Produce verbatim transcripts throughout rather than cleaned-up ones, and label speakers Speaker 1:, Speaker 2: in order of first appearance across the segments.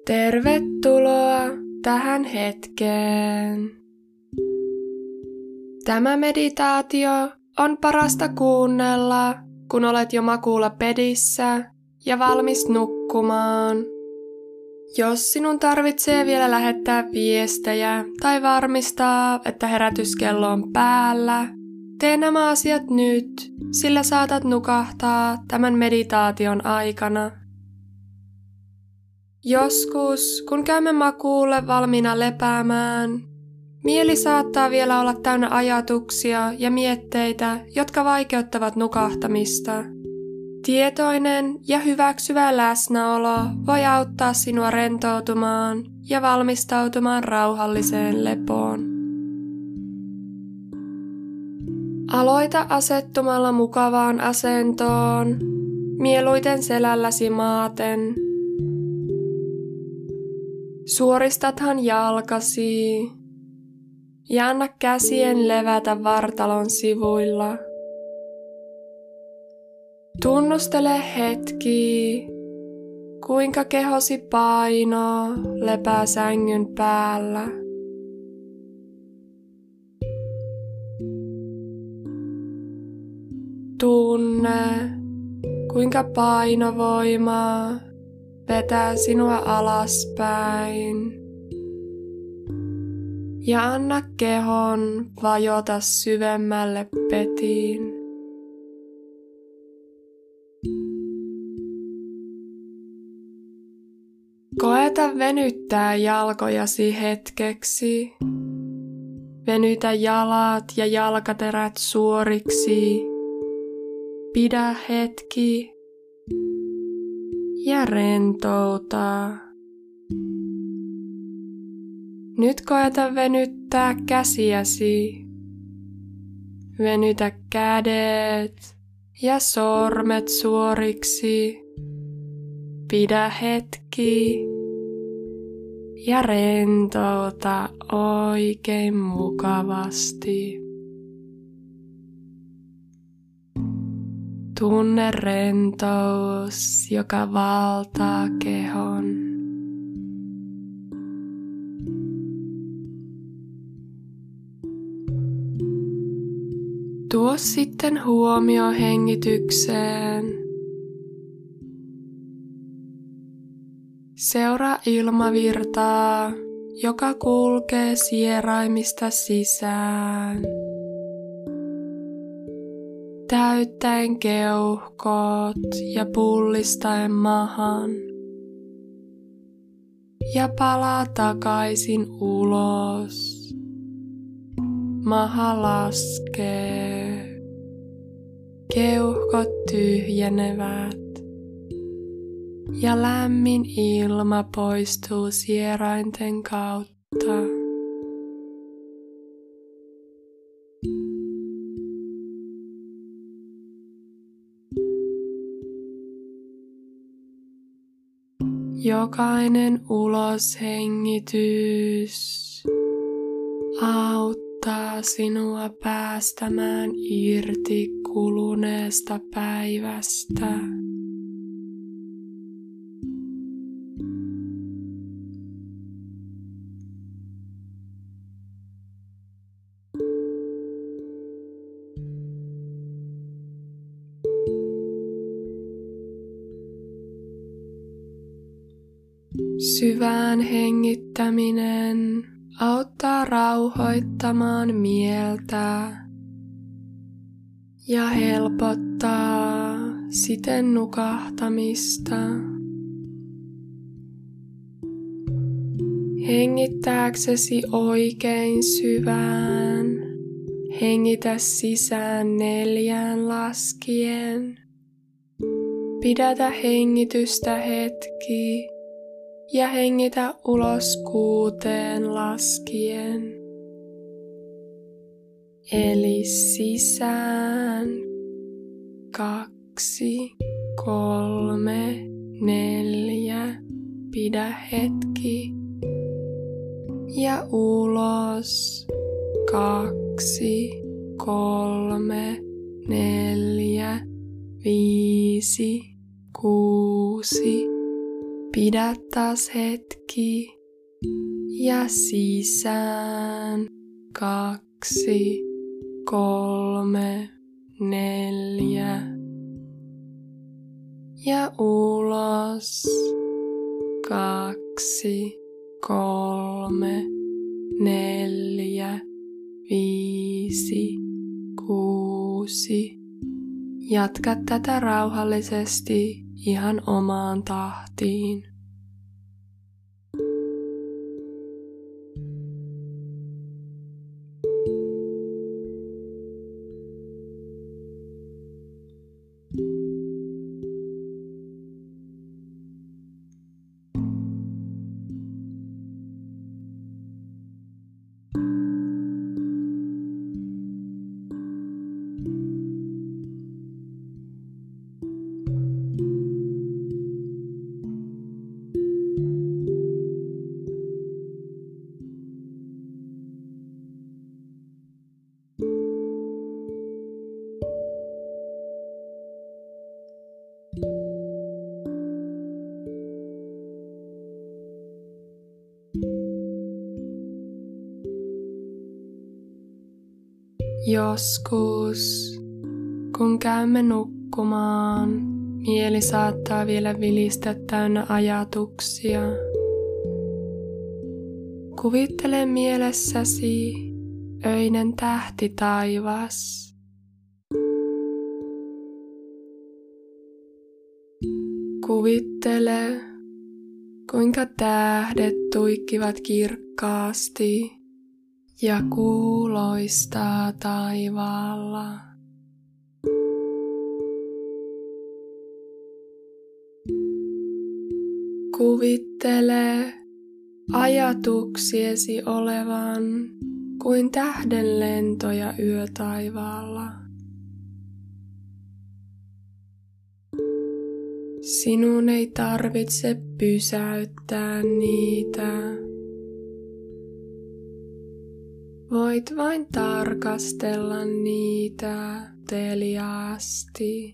Speaker 1: Tervetuloa tähän hetkeen. Tämä meditaatio on parasta kuunnella, kun olet jo makuulla pedissä ja valmis nukkumaan. Jos sinun tarvitsee vielä lähettää viestejä tai varmistaa, että herätyskello on päällä, tee nämä asiat nyt, sillä saatat nukahtaa tämän meditaation aikana. Joskus, kun käymme makuulle valmiina lepäämään, mieli saattaa vielä olla täynnä ajatuksia ja mietteitä, jotka vaikeuttavat nukahtamista. Tietoinen ja hyväksyvä läsnäolo voi auttaa sinua rentoutumaan ja valmistautumaan rauhalliseen lepoon. Aloita asettumalla mukavaan asentoon, mieluiten selälläsi maaten. Suoristathan jalkasi ja anna käsien levätä vartalon sivuilla. Tunnustele hetki, kuinka kehosi paino lepää sängyn päällä. Tunne, kuinka painovoima vetää sinua alaspäin. Ja anna kehon vajota syvemmälle petiin. Koeta venyttää jalkojasi hetkeksi. Venytä jalat ja jalkaterät suoriksi. Pidä hetki ja rentouta. Nyt koeta venyttää käsiäsi. Venytä kädet ja sormet suoriksi. Pidä hetki ja rentouta oikein mukavasti. Tunne rentous, joka valtaa kehon. Tuo sitten huomio hengitykseen. Seuraa ilmavirtaa, joka kulkee sieraimista sisään, täyttäen keuhkot ja pullistaen mahan, ja palaa takaisin ulos. Maha laskee, keuhkot tyhjenevät. Ja lämmin ilma poistuu sierainten kautta. Jokainen uloshengitys auttaa sinua päästämään irti kuluneesta päivästä. Syvään hengittäminen auttaa rauhoittamaan mieltä ja helpottaa siten nukahtamista. Hengittääksesi oikein syvään, hengitä sisään neljään laskien. Pidätä hengitystä hetki. Ja hengitä ulos kuuteen laskien. Eli sisään kaksi, kolme, neljä. Pidä hetki. Ja ulos kaksi, kolme, neljä, viisi, kuusi. Pidä taas hetki ja sisään. Kaksi, kolme, neljä. Ja ulos. Kaksi, kolme, neljä, viisi, kuusi. Jatka tätä rauhallisesti ihan omaan tahtiin. Joskus, kun käymme nukkumaan, mieli saattaa vielä vilistä täynnä ajatuksia. Kuvittele mielessäsi öinen tähtitaivas. Kuvittele, kuinka tähdet tuikkivat kirkkaasti ja kuu loistaa taivaalla. Kuvittele ajatuksiesi olevan kuin tähdenlentoja yötaivaalla. Sinun ei tarvitse pysäyttää niitä. Voit vain tarkastella niitä uteliaasti.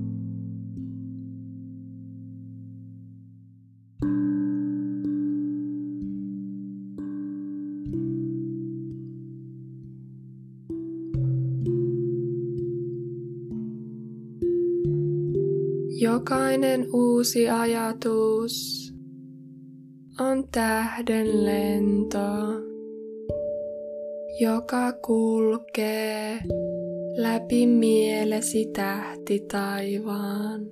Speaker 1: Jokainen uusi ajatus on tähdenlento, joka kulkee läpi mielesi tähtitaivaan.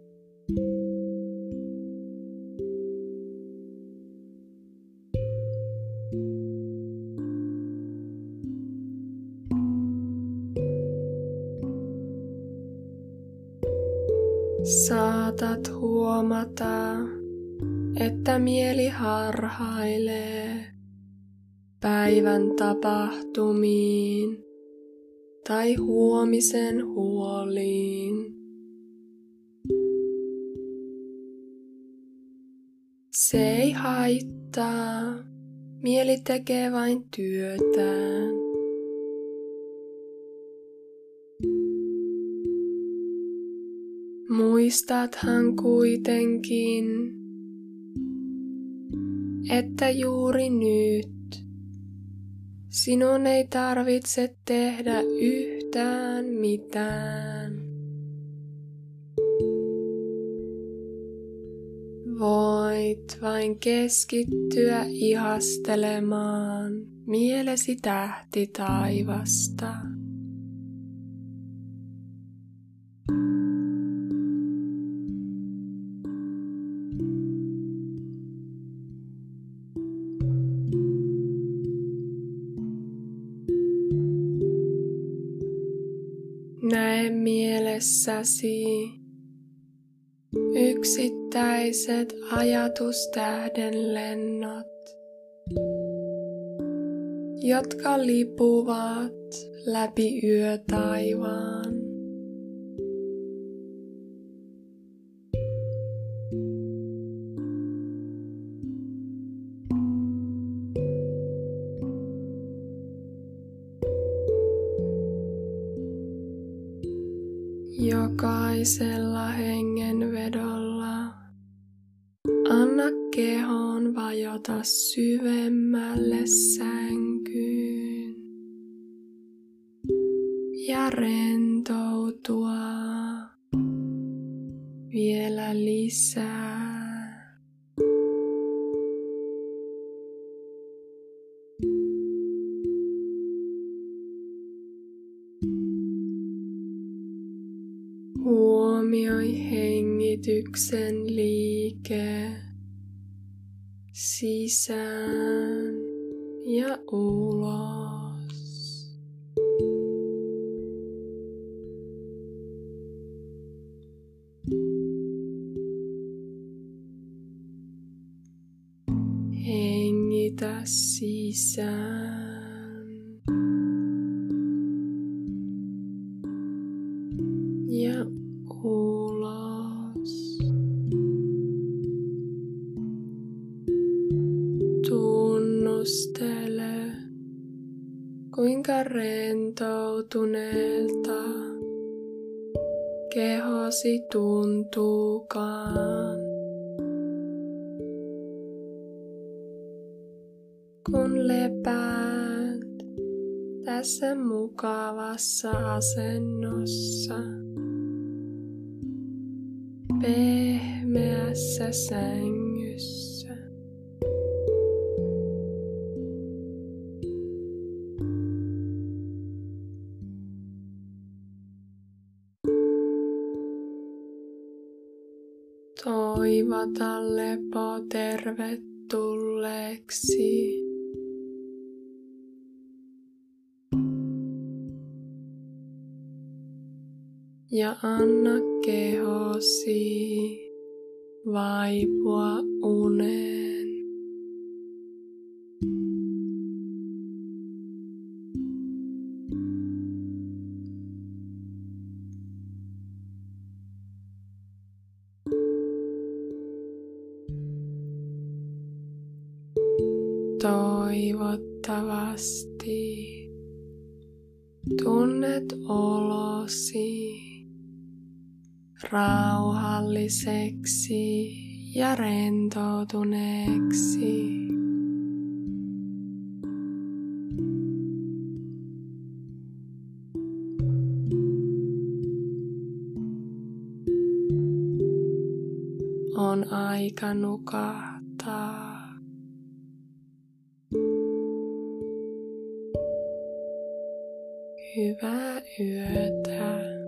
Speaker 1: Saatat huomata, että mieli harhailee päivän tapahtumiin tai huomisen huoliin. Se ei haittaa, mieli tekee vain työtään. Muistathan kuitenkin, että juuri nyt sinun ei tarvitse tehdä yhtään mitään. Voit vain keskittyä ihastelemaan mielesi tähtitaivasta. Näe mielessäsi yksittäiset ajatustähdenlennot, jotka lipuvat läpi yötaivaan. Jokaisella hengenvedolla anna Anna kehon vajota syvemmälle sänkyyn ja rentoutua vielä lisää. Huomioi hengityksen liike sisään ja ulos. Hengitä sisään. Ja ulos. Tunnustele, kuinka rentoutuneelta kehosi tuntuukaan, kun lepäät tässä mukavassa asennossa. Pehmeässä sängyssä. Toivota lepo tervetulleeksi. Ja anna kehosi vaipua uneen. Toivottavasti tunnet olosi rauhalliseksi ja rentoutuneeksi. On aika nukahtaa. Hyvää yötä.